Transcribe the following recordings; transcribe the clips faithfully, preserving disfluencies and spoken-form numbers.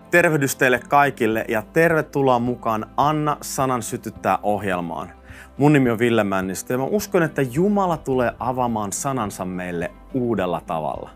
Tervehdys teille kaikille ja tervetuloa mukaan Anna sanan sytyttää -ohjelmaan. Mun nimi on Ville Männistö ja mä uskon, että Jumala tulee avaamaan sanansa meille uudella tavalla.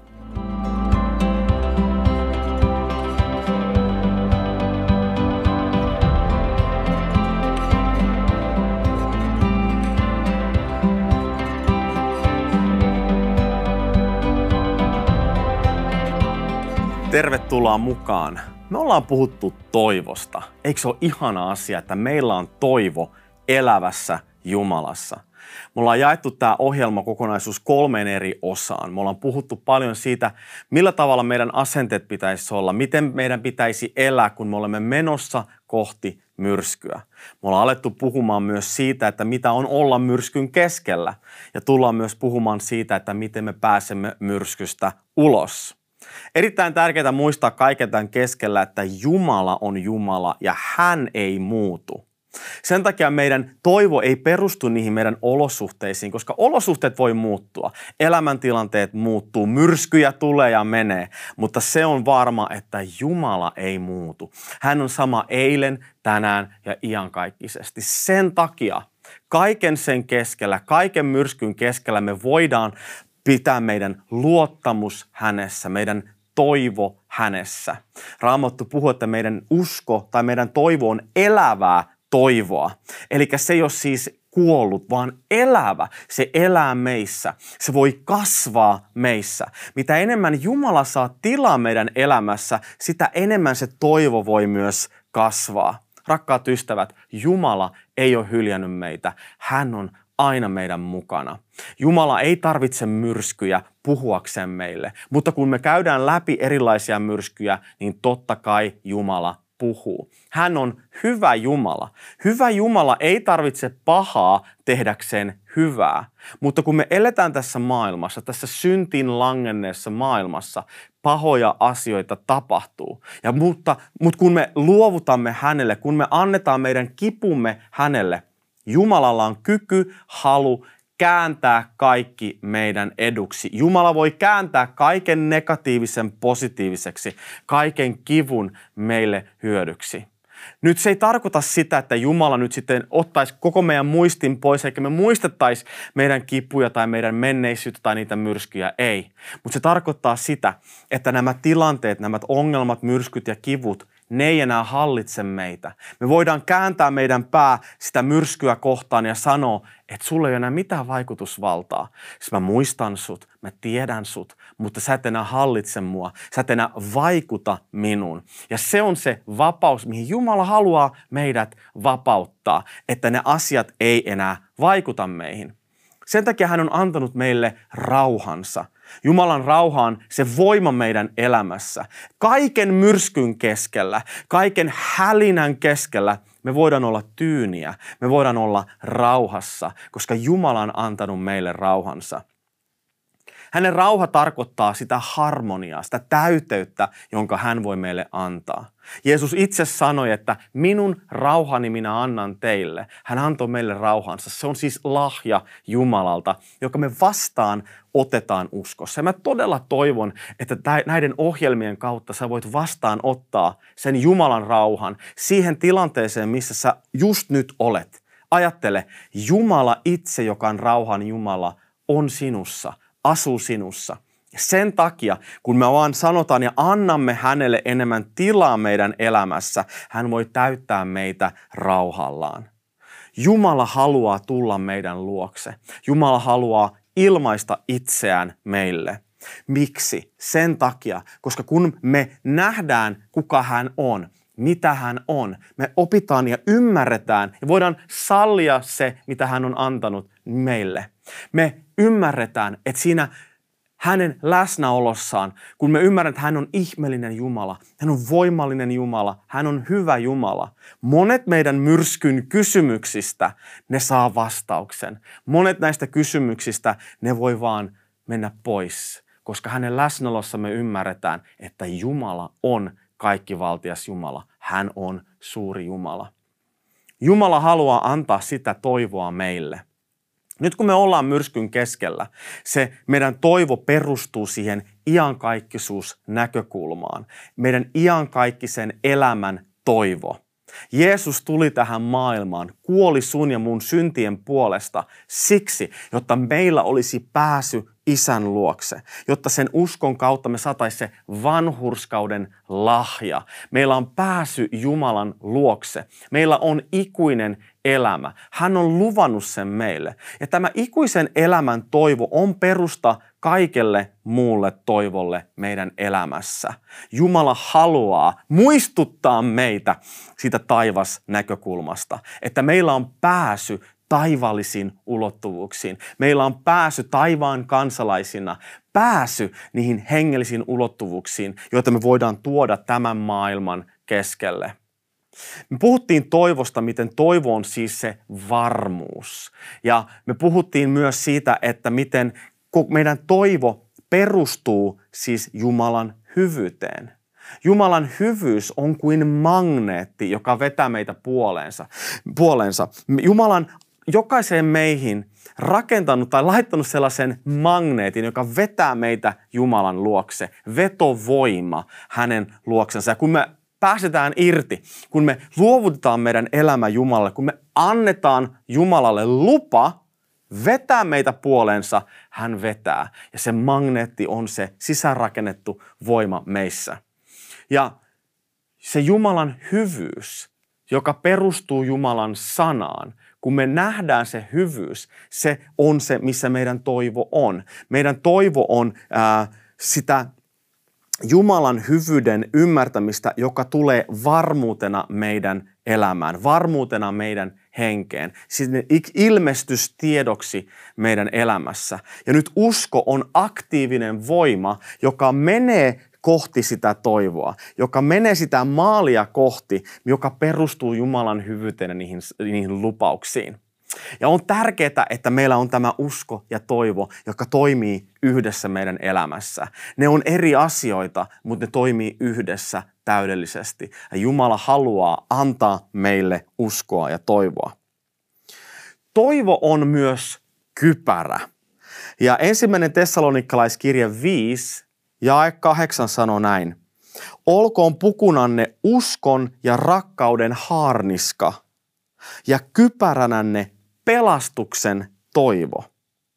Tervetuloa mukaan. Me ollaan puhuttu toivosta. Eikö se ole ihana asia, että meillä on toivo elävässä Jumalassa? Me ollaan jaettu tämä ohjelmakokonaisuus kolmeen eri osaan. Me ollaan puhuttu paljon siitä, millä tavalla meidän asenteet pitäisi olla, miten meidän pitäisi elää, kun me olemme menossa kohti myrskyä. Me ollaan alettu puhumaan myös siitä, että mitä on olla myrskyn keskellä. Ja tullaan myös puhumaan siitä, että miten me pääsemme myrskystä ulos. Erittäin tärkeää muistaa kaiken tämän keskellä, että Jumala on Jumala ja hän ei muutu. Sen takia meidän toivo ei perustu niihin meidän olosuhteisiin, koska olosuhteet voi muuttua. Elämäntilanteet muuttuu, myrskyjä tulee ja menee, mutta se on varma, että Jumala ei muutu. Hän on sama eilen, tänään ja iankaikkisesti. Sen takia kaiken sen keskellä, kaiken myrskyn keskellä me voidaan pitää meidän luottamus hänessä, meidän toivo hänessä. Raamattu puhuu, että meidän usko tai meidän toivo on elävää toivoa. Eli se ei ole siis kuollut, vaan elävä. Se elää meissä. Se voi kasvaa meissä. Mitä enemmän Jumala saa tilaa meidän elämässä, sitä enemmän se toivo voi myös kasvaa. Rakkaat ystävät, Jumala ei ole hyljännyt meitä. Hän on aina meidän mukana. Jumala ei tarvitse myrskyjä puhuakseen meille, mutta kun me käydään läpi erilaisia myrskyjä, niin totta kai Jumala puhuu. Hän on hyvä Jumala. Hyvä Jumala ei tarvitse pahaa tehdäkseen hyvää, mutta kun me eletään tässä maailmassa, tässä syntiin langenneessa maailmassa, pahoja asioita tapahtuu. Ja mutta, mutta kun me luovutamme hänelle, kun me annetaan meidän kipumme hänelle, Jumalalla on kyky, halu kääntää kaikki meidän eduksi. Jumala voi kääntää kaiken negatiivisen positiiviseksi, kaiken kivun meille hyödyksi. Nyt se ei tarkoita sitä, että Jumala nyt sitten ottaisi koko meidän muistin pois, eikä me muistettaisi meidän kipuja tai meidän menneisyyttä tai niitä myrskyjä, ei. Mutta se tarkoittaa sitä, että nämä tilanteet, nämä ongelmat, myrskyt ja kivut, ne ei enää hallitse meitä. Me voidaan kääntää meidän pää sitä myrskyä kohtaan ja sanoa, että sulla ei ole enää mitään vaikutusvaltaa. Siis mä muistan sut, mä tiedän sut, mutta sä et enää hallitse mua, sä et enää vaikuta minuun. Ja se on se vapaus, mihin Jumala haluaa meidät vapauttaa, että ne asiat ei enää vaikuta meihin. Sen takia hän on antanut meille rauhansa. Jumalan rauha on se voima meidän elämässä. Kaiken myrskyn keskellä, kaiken hälinän keskellä me voidaan olla tyyniä, me voidaan olla rauhassa, koska Jumala on antanut meille rauhansa. Hänen rauha tarkoittaa sitä harmoniaa, sitä täyteyttä, jonka hän voi meille antaa. Jeesus itse sanoi, että minun rauhani minä annan teille. Hän antoi meille rauhansa. Se on siis lahja Jumalalta, joka me vastaan otetaan uskossa. Ja mä todella toivon, että näiden ohjelmien kautta sä voit vastaan ottaa sen Jumalan rauhan siihen tilanteeseen, missä sä just nyt olet. Ajattele, Jumala itse, joka on rauhan Jumala, on sinussa. Asuu sinussa. Ja sen takia, kun me vaan sanotaan ja annamme hänelle enemmän tilaa meidän elämässä, hän voi täyttää meitä rauhallaan. Jumala haluaa tulla meidän luokse. Jumala haluaa ilmaista itseään meille. Miksi? Sen takia, koska kun me nähdään, kuka hän on, mitä hän on, me opitaan ja ymmärretään ja voidaan sallia se, mitä hän on antanut meille. Me ymmärretään, että siinä hänen läsnäolossaan, kun me ymmärrämme, että hän on ihmeellinen Jumala, hän on voimallinen Jumala, hän on hyvä Jumala. Monet meidän myrskyn kysymyksistä, ne saa vastauksen. Monet näistä kysymyksistä, ne voi vaan mennä pois, koska hänen läsnäolossa me ymmärretään, että Jumala on kaikkivaltias Jumala. Hän on suuri Jumala. Jumala haluaa antaa sitä toivoa meille. Nyt kun me ollaan myrskyn keskellä, se meidän toivo perustuu siihen iankaikkisuusnäkökulmaan, meidän iankaikkisen elämän toivo. Jeesus tuli tähän maailmaan, kuoli sun ja mun syntien puolesta siksi, jotta meillä olisi pääsy Isän luokse, jotta sen uskon kautta me saataisiin se vanhurskauden lahja. Meillä on pääsy Jumalan luokse. Meillä on ikuinen elämä. Hän on luvannut sen meille. Ja tämä ikuisen elämän toivo on perusta kaikelle muulle toivolle meidän elämässä. Jumala haluaa muistuttaa meitä siitä taivasnäkökulmasta, että meillä on pääsy taivaallisiin ulottuvuuksiin. Meillä on pääsy taivaan kansalaisina, pääsy niihin hengellisiin ulottuvuuksiin, joita me voidaan tuoda tämän maailman keskelle. Me puhuttiin toivosta, miten toivo on siis se varmuus. Ja me puhuttiin myös siitä, että miten meidän toivo perustuu siis Jumalan hyvyyteen. Jumalan hyvyys on kuin magneetti, joka vetää meitä puoleensa. puoleensa. Jumalan jokaiseen meihin rakentanut tai laittanut sellaisen magneetin, joka vetää meitä Jumalan luokse. Vetovoima hänen luoksensa. Ja kun me pääsetään irti, kun me luovutetaan meidän elämä Jumalalle, kun me annetaan Jumalalle lupa vetää meitä puoleensa, hän vetää. Ja se magneetti on se sisäänrakennettu voima meissä. Ja se Jumalan hyvyys, joka perustuu Jumalan sanaan, kun me nähdään se hyvyys, se on se, missä meidän toivo on. Meidän toivo on ää, sitä Jumalan hyvyyden ymmärtämistä, joka tulee varmuutena meidän elämään, varmuutena meidän henkeen, sinne ilmestystiedoksi meidän elämässä. Ja nyt usko on aktiivinen voima, joka menee kohti sitä toivoa, joka menee sitä maalia kohti, joka perustuu Jumalan hyvyyteen ja niihin, niihin lupauksiin. Ja on tärkeää, että meillä on tämä usko ja toivo, joka toimii yhdessä meidän elämässä. Ne on eri asioita, mutta ne toimii yhdessä täydellisesti. Ja Jumala haluaa antaa meille uskoa ja toivoa. Toivo on myös kypärä. Ja ensimmäinen Tessalonikalaiskirja viisi, jae kahdeksan sanoo näin. Olkoon pukunanne uskon ja rakkauden haarniska ja kypäränänne pelastuksen toivo.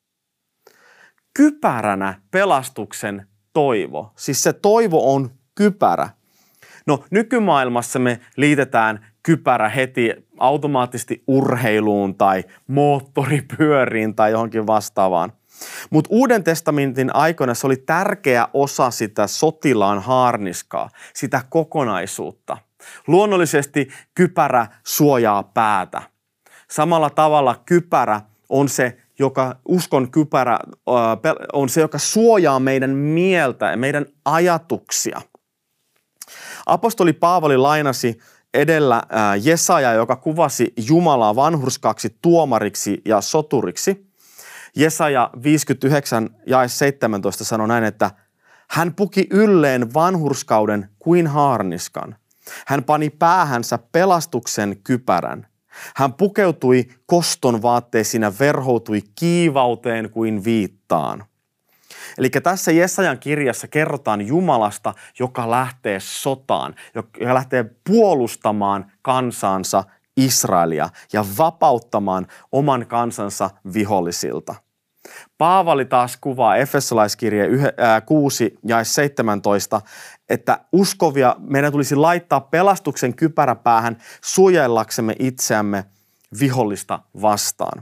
Kypäränä pelastuksen toivo. Siis se toivo on kypärä. No nykymaailmassa me liitetään kypärä heti automaattisesti urheiluun tai moottoripyöriin tai johonkin vastaavaan. Mutta Uuden testamentin aikoina se oli tärkeä osa sitä sotilaan haarniskaa, sitä kokonaisuutta. Luonnollisesti kypärä suojaa päätä. Samalla tavalla kypärä on se, joka, uskon kypärä on se, joka suojaa meidän mieltä ja meidän ajatuksia. Apostoli Paavali lainasi edellä Jesaja, joka kuvasi Jumalaa vanhurskaaksi tuomariksi ja soturiksi. Jesaja viisikymmentäyhdeksän jae seitsemäntoista sanoi näin, että hän puki ylleen vanhurskauden kuin haarniskan. Hän pani päähänsä pelastuksen kypärän. Hän pukeutui koston vaatteisiin ja verhoutui kiivauteen kuin viittaan. Eli tässä Jesajan kirjassa kerrotaan Jumalasta, joka lähtee sotaan, joka lähtee puolustamaan kansansa Israelia ja vapauttamaan oman kansansa vihollisilta. Paavali taas kuvaa Efesolaiskirje kuusi jae seitsemäntoista, että uskovia meidän tulisi laittaa pelastuksen kypäräpäähän suojellaksemme itseämme vihollista vastaan.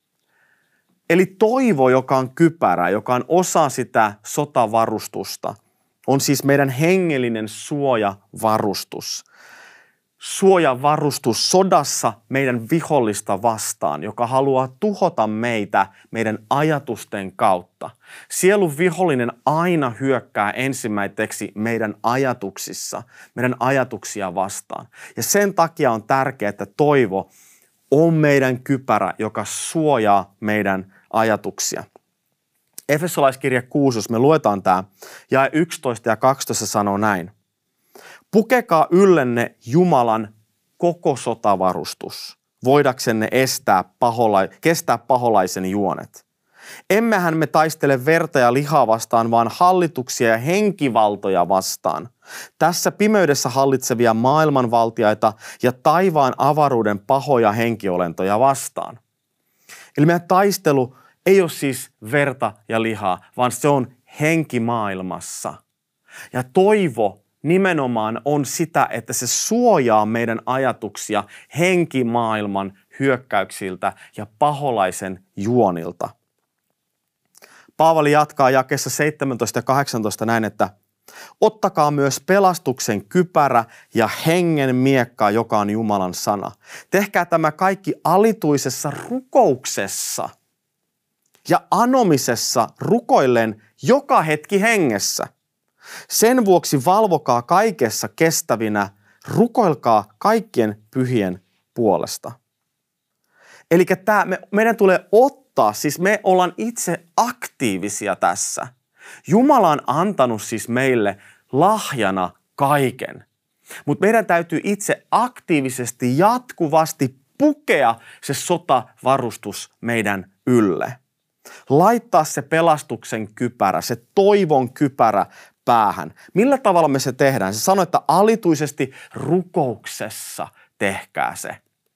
Eli toivo, joka on kypärä, joka on osa sitä sotavarustusta, on siis meidän hengellinen suojavarustus. Suojavarustus sodassa meidän vihollista vastaan, joka haluaa tuhota meitä meidän ajatusten kautta. Sielun vihollinen aina hyökkää ensimmäiseksi meidän ajatuksissa, meidän ajatuksia vastaan. Ja sen takia on tärkeää, että toivo on meidän kypärä, joka suojaa meidän ajatuksia. Efesolaiskirja kuusi, jos me luetaan tämä, jae yksitoista ja kaksitoista sanoo näin. Pukekaa yllenne Jumalan koko sotavarustus. voidaksenne estää pahola- kestää paholaisen juonet. Emmehän me taistele verta ja lihaa vastaan, vaan hallituksia ja henkivaltoja vastaan. Tässä pimeydessä hallitsevia maailmanvaltiaita ja taivaan avaruuden pahoja henkiolentoja vastaan. Eli meidän taistelu ei ole siis verta ja lihaa, vaan se on henkimaailmassa. Ja toivo nimenomaan on sitä, että se suojaa meidän ajatuksia henkimaailman hyökkäyksiltä ja paholaisen juonilta. Paavali jatkaa jakeessa seitsemäntoista ja kahdeksantoista näin, että ottakaa myös pelastuksen kypärä ja hengen miekka, joka on Jumalan sana. Tehkää tämä kaikki alituisessa rukouksessa ja anomisessa rukoillen joka hetki hengessä. Sen vuoksi valvokaa kaikessa kestävinä, rukoilkaa kaikkien pyhien puolesta. Eli tämä, me, meidän tulee ottaa, siis me ollaan itse aktiivisia tässä. Jumala on antanut siis meille lahjana kaiken, mutta meidän täytyy itse aktiivisesti jatkuvasti pukea se sotavarustus meidän ylle. Laittaa se pelastuksen kypärä, se toivon kypärä päähän. Millä tavalla me se tehdään? Se sanoo, että alituisesti rukouksessa tehkää se.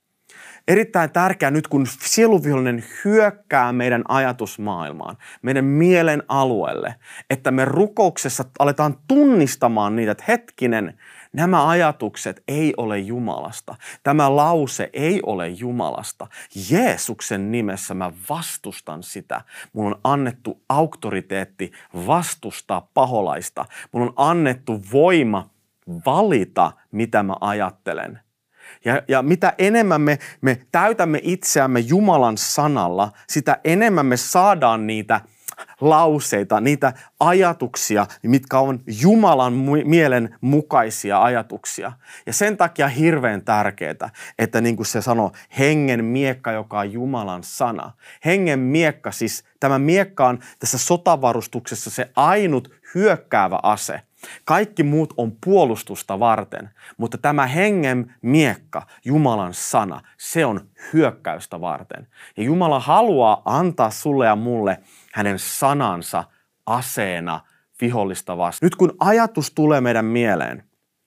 Erittäin tärkeää nyt, kun sieluvihollinen hyökkää meidän ajatusmaailmaan, meidän mielen alueelle, että me rukouksessa aletaan tunnistamaan niitä, että hetkinen, nämä ajatukset ei ole Jumalasta. Tämä lause ei ole Jumalasta. Jeesuksen nimessä mä vastustan sitä. Mulla on annettu auktoriteetti vastustaa paholaista. Mulla on annettu voima valita, mitä mä ajattelen. Ja, ja mitä enemmän me, me täytämme itseämme Jumalan sanalla, sitä enemmän me saadaan niitä lauseita, niitä ajatuksia, mitkä on Jumalan mielen mukaisia ajatuksia. Ja sen takia hirveän tärkeää, että niin kuin se sanoo, hengen miekka, joka on Jumalan sana. Hengen miekka, siis tämä miekka on tässä sotavarustuksessa se ainut hyökkäävä ase. Kaikki muut on puolustusta varten, mutta tämä hengen miekka, Jumalan sana, se on hyökkäystä varten. Ja Jumala haluaa antaa sulle ja mulle hänen sanansa aseena vihollista vastaan. Nyt kun ajatus tulee meidän mieleen,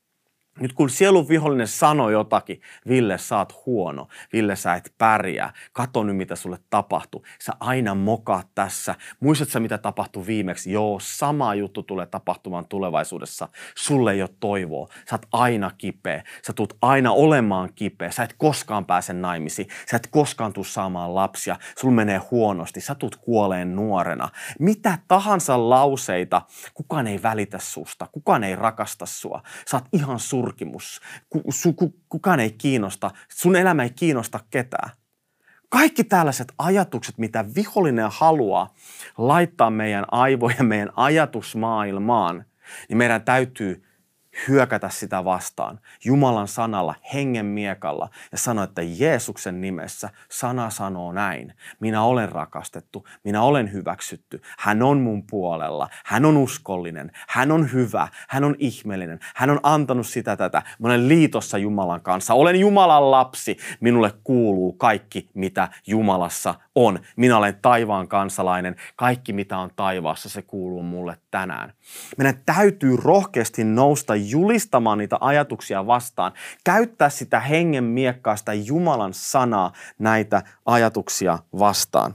nyt kun sielun vihollinen sanoo jotakin, Ville, sä oot huono, Ville, sä et pärjää, kato nyt mitä sulle tapahtuu, sä aina mokaat tässä, muistatko sä mitä tapahtui viimeksi? Joo, sama juttu tulee tapahtumaan tulevaisuudessa, sulle ei ole toivoa, sä oot aina kipeä, sä tulet aina olemaan kipeä, sä et koskaan pääse naimisiin, sä et koskaan tule saamaan lapsia, sulla menee huonosti, sä tulet kuoleen nuorena. Mitä tahansa lauseita, kukaan ei välitä susta, kukaan ei rakasta sua, sä oot ihan sur Kukaan ei kiinnosta, sun elämä ei kiinnosta ketään. Kaikki tällaiset ajatukset, mitä vihollinen haluaa laittaa meidän aivoja, meidän ajatusmaailmaan, niin meidän täytyy hyökätä sitä vastaan Jumalan sanalla, hengen miekalla ja sanoa, että Jeesuksen nimessä sana sanoo näin. Minä olen rakastettu, minä olen hyväksytty, hän on mun puolella, hän on uskollinen, hän on hyvä, hän on ihmeellinen, hän on antanut sitä tätä. Mä olen liitossa Jumalan kanssa, olen Jumalan lapsi, minulle kuuluu kaikki, mitä Jumalassa on. Minä olen taivaan kansalainen, kaikki mitä on taivaassa, se kuuluu mulle tänään. Meidän täytyy rohkeasti nousta julistamaan niitä ajatuksia vastaan, käyttää sitä hengen miekkaa, sitä Jumalan sanaa näitä ajatuksia vastaan.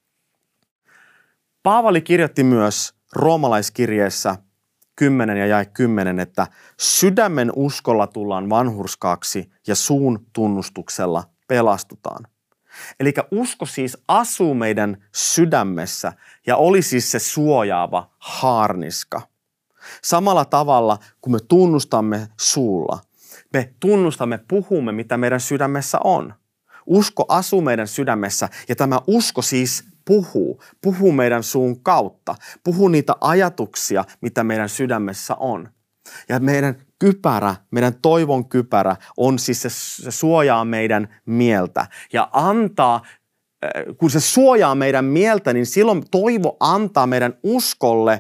Paavali kirjoitti myös roomalaiskirjeessä kymmenen ja jae kymmenen, että sydämen uskolla tullaan vanhurskaaksi ja suun tunnustuksella pelastutaan. Eli usko siis asuu meidän sydämessä ja oli siis se suojaava haarniska. Samalla tavalla, kun me tunnustamme suulla, me tunnustamme, puhumme, mitä meidän sydämessä on. Usko asuu meidän sydämessä ja tämä usko siis puhuu, puhuu meidän suun kautta, puhuu niitä ajatuksia, mitä meidän sydämessä on. Ja meidän kypärä, meidän toivon kypärä on siis se, se suojaa meidän mieltä ja antaa, kun se suojaa meidän mieltä, niin silloin toivo antaa meidän uskolle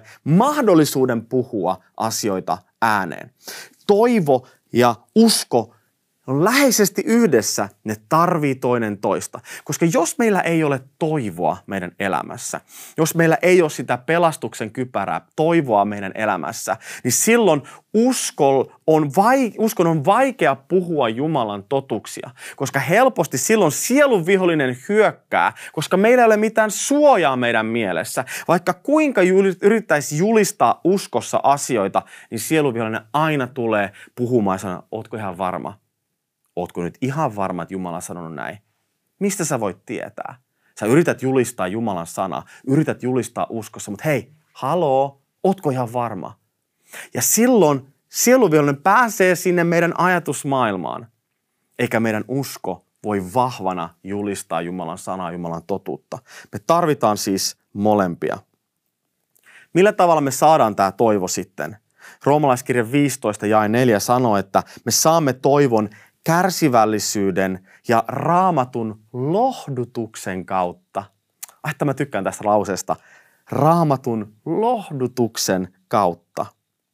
mahdollisuuden puhua asioita ääneen. Toivo ja usko on läheisesti yhdessä, ne tarvii toinen toista. Koska jos meillä ei ole toivoa meidän elämässä, jos meillä ei ole sitä pelastuksen kypärää, toivoa meidän elämässä, niin silloin uskon on, vai, uskon on vaikea puhua Jumalan totuksia. Koska helposti silloin sielun vihollinen hyökkää, koska meillä ei ole mitään suojaa meidän mielessä. Vaikka kuinka yrittäisi julistaa uskossa asioita, niin sielun vihollinen aina tulee puhumaan ja sanoo, ootko ihan varma? Ootko nyt ihan varma, että Jumala on sanonut näin? Mistä sä voit tietää? Sä yrität julistaa Jumalan sanaa, yrität julistaa uskossa, mutta hei, haloo, ootko ihan varma? Ja silloin sieluvihollinen pääsee sinne meidän ajatusmaailmaan, eikä meidän usko voi vahvana julistaa Jumalan sanaa, Jumalan totuutta. Me tarvitaan siis molempia. Millä tavalla me saadaan tämä toivo sitten? Roomalaiskirja viisitoista jae neljä sanoo, että me saamme toivon kärsivällisyyden ja Raamatun lohdutuksen kautta. Ai, että mä tykkään tästä lauseesta. Raamatun lohdutuksen kautta.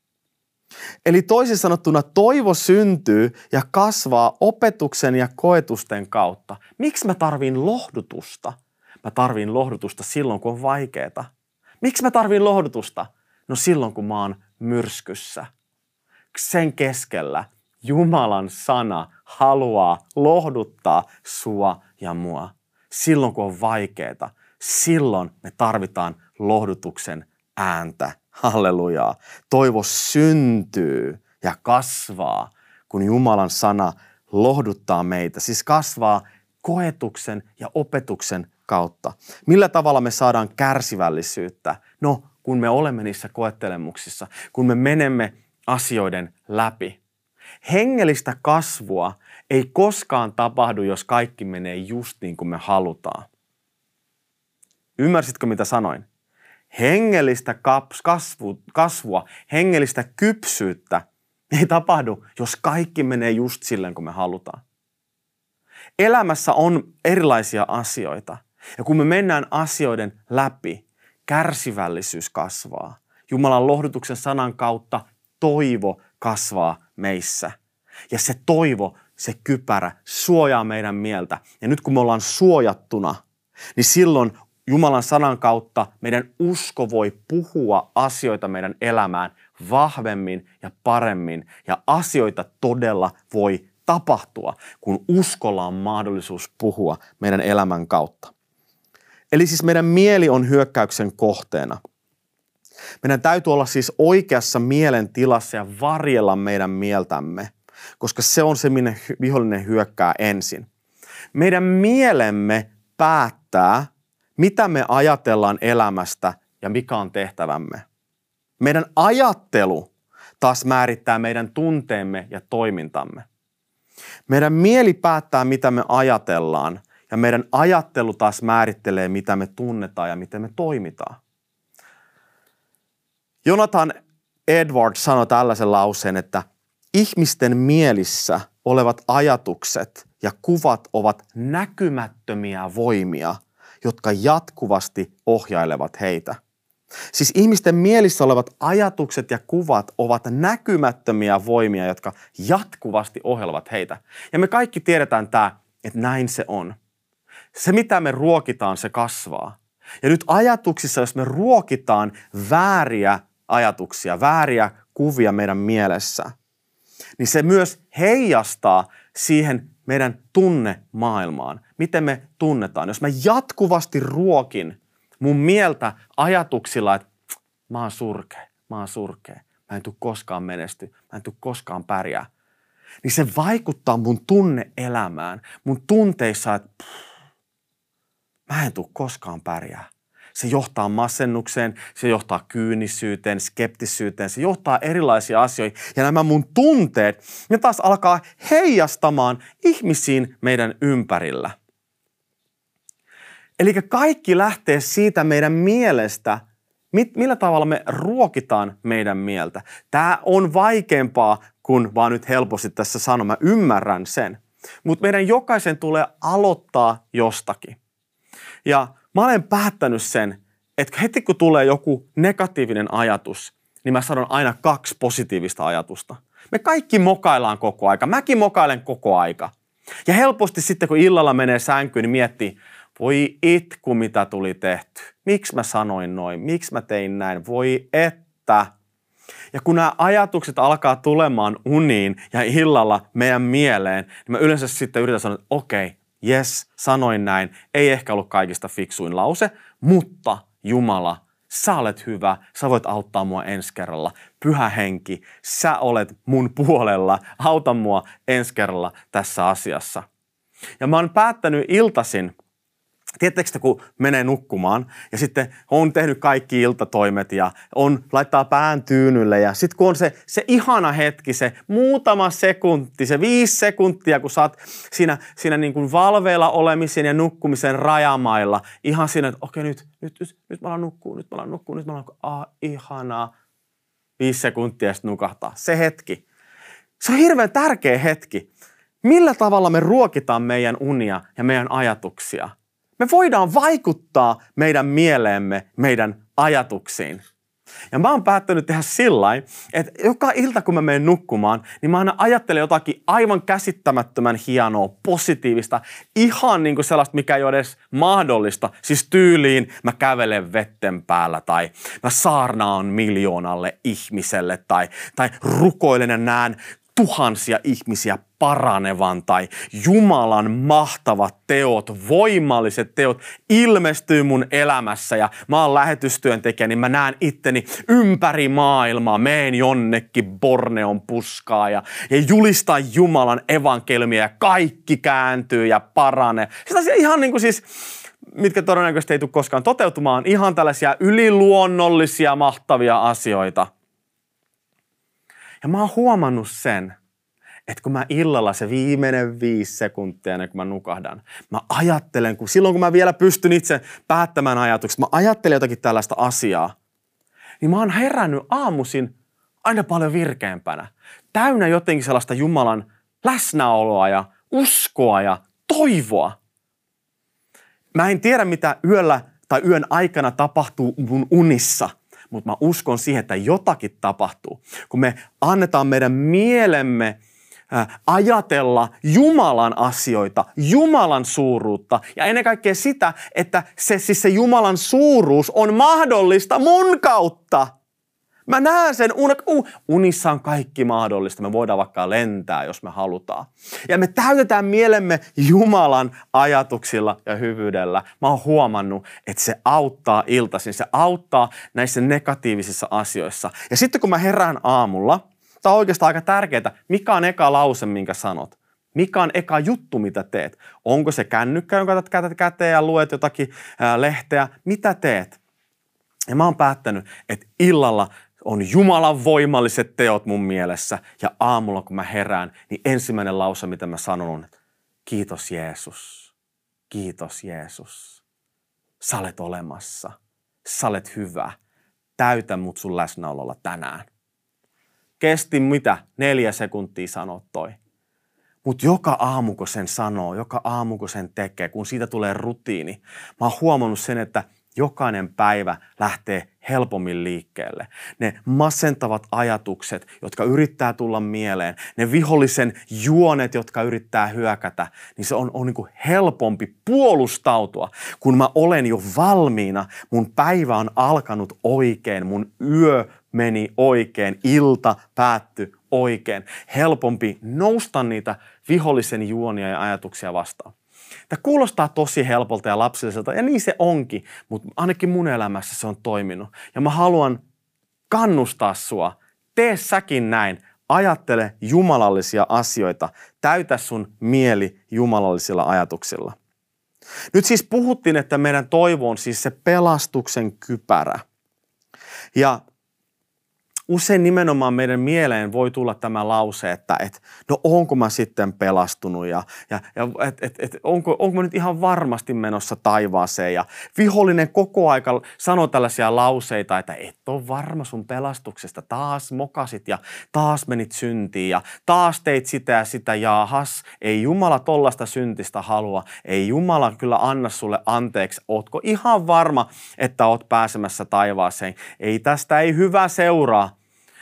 Eli toisin sanottuna toivo syntyy ja kasvaa opetuksen ja koetusten kautta. Miksi mä tarviin lohdutusta? Mä tarviin lohdutusta silloin, kun on vaikeeta. Miksi mä tarviin lohdutusta? No silloin, kun mä oon myrskyssä. Sen keskellä Jumalan sana haluaa lohduttaa sua ja mua. Silloin, kun on vaikeeta, silloin me tarvitaan lohdutuksen ääntä. Hallelujaa. Toivo syntyy ja kasvaa, kun Jumalan sana lohduttaa meitä. Siis kasvaa koetuksen ja opetuksen kautta. Millä tavalla me saadaan kärsivällisyyttä? No, kun me olemme niissä koettelemuksissa, kun me menemme asioiden läpi. Hengellistä kasvua ei koskaan tapahdu, jos kaikki menee just niin kuin me halutaan. Ymmärsitkö, mitä sanoin? Hengellistä kasvu, kasvua, hengellistä kypsyyttä ei tapahdu, jos kaikki menee just silleen, kun me halutaan. Elämässä on erilaisia asioita. Ja kun me mennään asioiden läpi, kärsivällisyys kasvaa. Jumalan lohdutuksen sanan kautta toivo kasvaa meissä. Ja se toivo, se kypärä, suojaa meidän mieltä. Ja nyt kun me ollaan suojattuna, niin silloin Jumalan sanan kautta meidän usko voi puhua asioita meidän elämään vahvemmin ja paremmin. Ja asioita todella voi tapahtua, kun uskolla on mahdollisuus puhua meidän elämän kautta. Eli siis meidän mieli on hyökkäyksen kohteena. Meidän täytyy olla siis oikeassa mielentilassa ja varjella meidän mieltämme, koska se on se, minne vihollinen hyökkää ensin. Meidän mielemme päättää, mitä me ajatellaan elämästä ja mikä on tehtävämme. Meidän ajattelu taas määrittää meidän tunteemme ja toimintamme. Meidän mieli päättää, mitä me ajatellaan, ja meidän ajattelu taas määrittelee, mitä me tunnetaan ja miten me toimitaan. Jonathan Edwards sanoi tällaisen lauseen, että ihmisten mielissä olevat ajatukset ja kuvat ovat näkymättömiä voimia, jotka jatkuvasti ohjailevat heitä. Siis ihmisten mielissä olevat ajatukset ja kuvat ovat näkymättömiä voimia, jotka jatkuvasti ohjailevat heitä. Ja me kaikki tiedetään tämä, että näin se on. Se, mitä me ruokitaan, se kasvaa. Ja nyt ajatuksissa, jos me ruokitaan vääriä ajatuksia, vääriä kuvia meidän mielessä, niin se myös heijastaa siihen meidän tunnemaailmaan. Miten me tunnetaan? Jos mä jatkuvasti ruokin mun mieltä ajatuksilla, että mä oon surkea, mä oon surkea, mä en tule koskaan menesty, mä en tule koskaan pärjää, niin se vaikuttaa mun tunneelämään, mun tunteissa, että pff, mä en tule koskaan pärjää. Se johtaa masennukseen, se johtaa kyynisyyteen, skeptisyyteen, se johtaa erilaisia asioita. Ja nämä mun tunteet, ne taas alkaa heijastamaan ihmisiin meidän ympärillä. Eli kaikki lähtee siitä meidän mielestä, millä tavalla me ruokitaan meidän mieltä. Tämä on vaikeampaa kuin vaan nyt helposti tässä sanon, mä ymmärrän sen. Mutta meidän jokaisen tulee aloittaa jostakin. Ja mä olen päättänyt sen, että heti kun tulee joku negatiivinen ajatus, niin mä sanon aina kaksi positiivista ajatusta. Me kaikki mokaillaan koko aika. Mäkin mokailen koko aika. Ja helposti sitten, kun illalla menee sänkyyn, niin miettii, voi itku, mitä tuli tehty. Miksi mä sanoin noin? Miksi mä tein näin? Voi että. Ja kun nämä ajatukset alkaa tulemaan uniin ja illalla meidän mieleen, niin mä yleensä sitten yritän sanoa, että okei, jes, sanoin näin. Ei ehkä ollut kaikista fiksuin lause, mutta Jumala, sä olet hyvä, sä voit auttaa mua ensi kerralla. Pyhä henki, sä olet mun puolella, auta mua ensi kerralla tässä asiassa. Ja mä oon päättänyt iltaisin, tiedättekö, kun menee nukkumaan ja sitten on tehnyt kaikki iltatoimet ja on, laittaa pään tyynylle ja sitten kun on se, se ihana hetki, se muutama sekunti, se viisi sekuntia, kun sä oot siinä, siinä niin kuin valveilla olemisen ja nukkumisen rajamailla, ihan siinä, että okei nyt, nyt, nyt, nyt mä alan nukkuu, nyt mä alan nukkuu, nyt mä alan nukkuu, ah, ihanaa, viisi sekuntia ja sitten nukahtaa. Se hetki. Se on hirveän tärkeä hetki. Millä tavalla me ruokitaan meidän unia ja meidän ajatuksia? Me voidaan vaikuttaa meidän mieleemme, meidän ajatuksiin. Ja mä oon päättänyt tehdä sillain, että joka ilta kun mä menen nukkumaan, niin mä aina ajattelen jotakin aivan käsittämättömän hienoa, positiivista, ihan niin kuin sellaista, mikä ei ole edes mahdollista. Siis tyyliin mä kävelen vetten päällä tai mä saarnaan miljoonalle ihmiselle tai, tai rukoilen ja näen tuhansia ihmisiä paranevan tai Jumalan mahtavat teot, voimalliset teot ilmestyy mun elämässä ja mä oon lähetystyöntekijä, niin mä näen itteni ympäri maailmaa, meen jonnekin Borneon puskaa ja, ja julistaa Jumalan evankeliumia ja kaikki kääntyy ja paranee. Sitä ihan niin kuin siis, mitkä todennäköisesti ei tule koskaan toteutumaan, ihan tällaisia yliluonnollisia mahtavia asioita. Ja mä oon huomannut sen, että kun mä illalla se viimeinen viisi sekuntia ennen kuin mä nukahdan, mä ajattelen, kun silloin kun mä vielä pystyn itse päättämään ajatukset, mä ajattelen jotakin tällaista asiaa, niin mä oon herännyt aamuisin aina paljon virkeämpänä. Täynnä jotenkin sellaista Jumalan läsnäoloa ja uskoa ja toivoa. Mä en tiedä, mitä yöllä tai yön aikana tapahtuu mun unissa, mutta mä uskon siihen, että jotakin tapahtuu. Kun me annetaan meidän mielemme ajatella Jumalan asioita, Jumalan suuruutta ja ennen kaikkea sitä, että se, siis se Jumalan suuruus on mahdollista mun kautta. Mä näen sen, un- unissa on kaikki mahdollista. Me voidaan vaikka lentää, jos me halutaan. Ja me täytetään mielemme Jumalan ajatuksilla ja hyvyydellä. Mä oon huomannut, että se auttaa iltaisin. Se auttaa näissä negatiivisissa asioissa. Ja sitten kun mä herään aamulla, tämä on oikeastaan aika tärkeää, mikä on eka lause, minkä sanot? Mikä on eka juttu, mitä teet? Onko se kännykkä, jonka otat käteen ja luet jotakin ää, lehteä? Mitä teet? Ja mä oon päättänyt, että illalla on Jumalan voimalliset teot mun mielessä ja aamulla kun mä herään, niin ensimmäinen lause, mitä mä sanon on, että kiitos Jeesus, kiitos Jeesus, sä olet olemassa, sä olet hyvä, täytä mut sun läsnäololla tänään. Kesti mitä? Neljä sekuntia sanoo toi. Mutta joka aamu, kun sen sanoo, joka aamu, kun sen tekee, kun siitä tulee rutiini, mä oon huomannut sen, että jokainen päivä lähtee helpommin liikkeelle. Ne masentavat ajatukset, jotka yrittää tulla mieleen, ne vihollisen juonet, jotka yrittää hyökätä, niin se on, on niin kuin helpompi puolustautua, kun mä olen jo valmiina. Mun päivä on alkanut oikein, mun yö meni oikein, ilta päättyi oikein. Helpompi nousta niitä vihollisen juonia ja ajatuksia vastaan. Tämä kuulostaa tosi helpolta ja lapsilliselta, ja niin se onkin, mutta ainakin mun elämässä se on toiminut. Ja mä haluan kannustaa sua, tee säkin näin, ajattele jumalallisia asioita, täytä sun mieli jumalallisilla ajatuksilla. Nyt siis puhuttiin, että meidän toivo on siis se pelastuksen kypärä. Ja usein nimenomaan meidän mieleen voi tulla tämä lause, että et, no onko mä sitten pelastunut ja, ja, ja et, et, et, onko, onko mä nyt ihan varmasti menossa taivaaseen. Ja vihollinen koko aika sanoo tällaisia lauseita, että et ole varma sun pelastuksesta. Taas mokasit ja taas menit syntiin ja taas teit sitä ja sitä. Jaahas, ei Jumala tollaista syntistä halua. Ei Jumala kyllä anna sulle anteeksi. Ootko ihan varma, että oot pääsemässä taivaaseen? Ei tästä ei hyvä seuraa.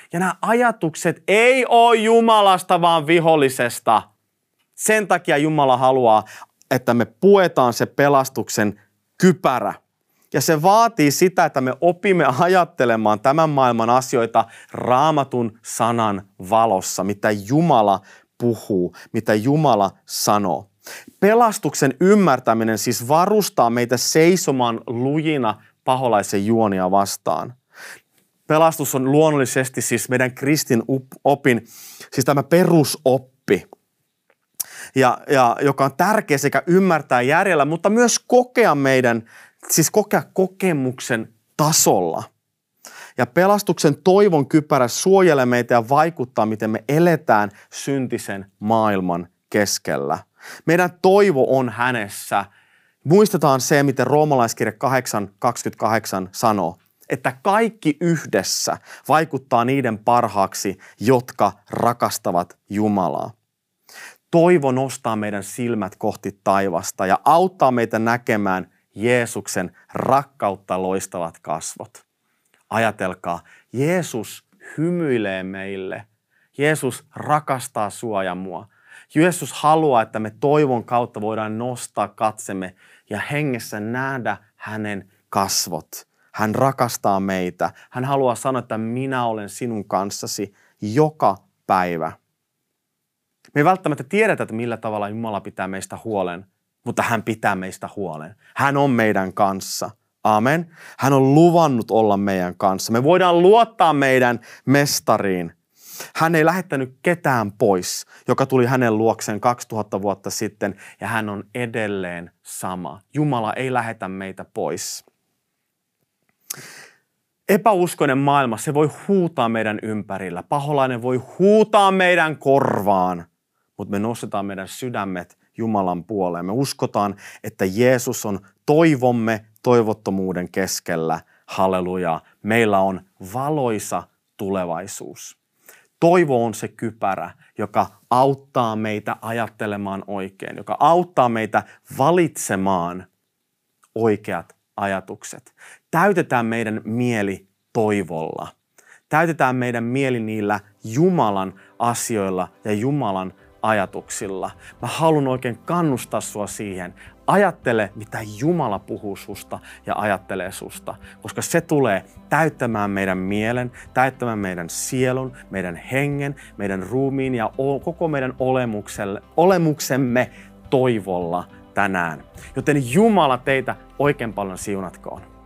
Ja nämä ajatukset ei ole Jumalasta, vaan vihollisesta. Sen takia Jumala haluaa, että me puetaan se pelastuksen kypärä. Ja se vaatii sitä, että me opimme ajattelemaan tämän maailman asioita Raamatun sanan valossa, mitä Jumala puhuu, mitä Jumala sanoo. Pelastuksen ymmärtäminen siis varustaa meitä seisomaan lujina paholaisen juonia vastaan. Pelastus on luonnollisesti siis meidän kristin opin, siis tämä perusoppi, ja, ja, joka on tärkeä sekä ymmärtää järjellä, mutta myös kokea meidän, siis kokea kokemuksen tasolla. Ja pelastuksen toivon kypärä suojelee meitä ja vaikuttaa, miten me eletään syntisen maailman keskellä. Meidän toivo on hänessä. Muistetaan se, miten roomalaiskirja kahdeksan kaksikymmentäkahdeksan sanoo, että kaikki yhdessä vaikuttaa niiden parhaaksi, jotka rakastavat Jumalaa. Toivo nostaa meidän silmät kohti taivasta ja auttaa meitä näkemään Jeesuksen rakkautta loistavat kasvot. Ajatelkaa, Jeesus hymyilee meille. Jeesus rakastaa sua ja mua. Jeesus haluaa, että me toivon kautta voidaan nostaa katsemme ja hengessä nähdä hänen kasvot. Hän rakastaa meitä. Hän haluaa sanoa, että minä olen sinun kanssasi joka päivä. Me ei välttämättä tiedetä, että millä tavalla Jumala pitää meistä huolen, mutta hän pitää meistä huolen. Hän on meidän kanssa. Amen. Hän on luvannut olla meidän kanssa. Me voidaan luottaa meidän mestariin. Hän ei lähettänyt ketään pois, joka tuli hänen luokseen kaksituhatta vuotta sitten, ja hän on edelleen sama. Jumala ei lähetä meitä pois. Epäuskoinen maailma, se voi huutaa meidän ympärillä. Paholainen voi huutaa meidän korvaan, mutta me nostetaan meidän sydämet Jumalan puoleen. Me uskotaan, että Jeesus on toivomme toivottomuuden keskellä. Halleluja. Meillä on valoisa tulevaisuus. Toivo on se kypärä, joka auttaa meitä ajattelemaan oikein, joka auttaa meitä valitsemaan oikeat ajatukset. Täytetään meidän mieli toivolla. Täytetään meidän mieli niillä Jumalan asioilla ja Jumalan ajatuksilla. Mä haluan oikein kannustaa sua siihen. Ajattele, mitä Jumala puhuu susta ja ajattelee susta, koska se tulee täyttämään meidän mielen, täyttämään meidän sielun, meidän hengen, meidän ruumiin ja koko meidän olemuksemme toivolla tänään. Joten Jumala teitä oikein paljon siunatkoon.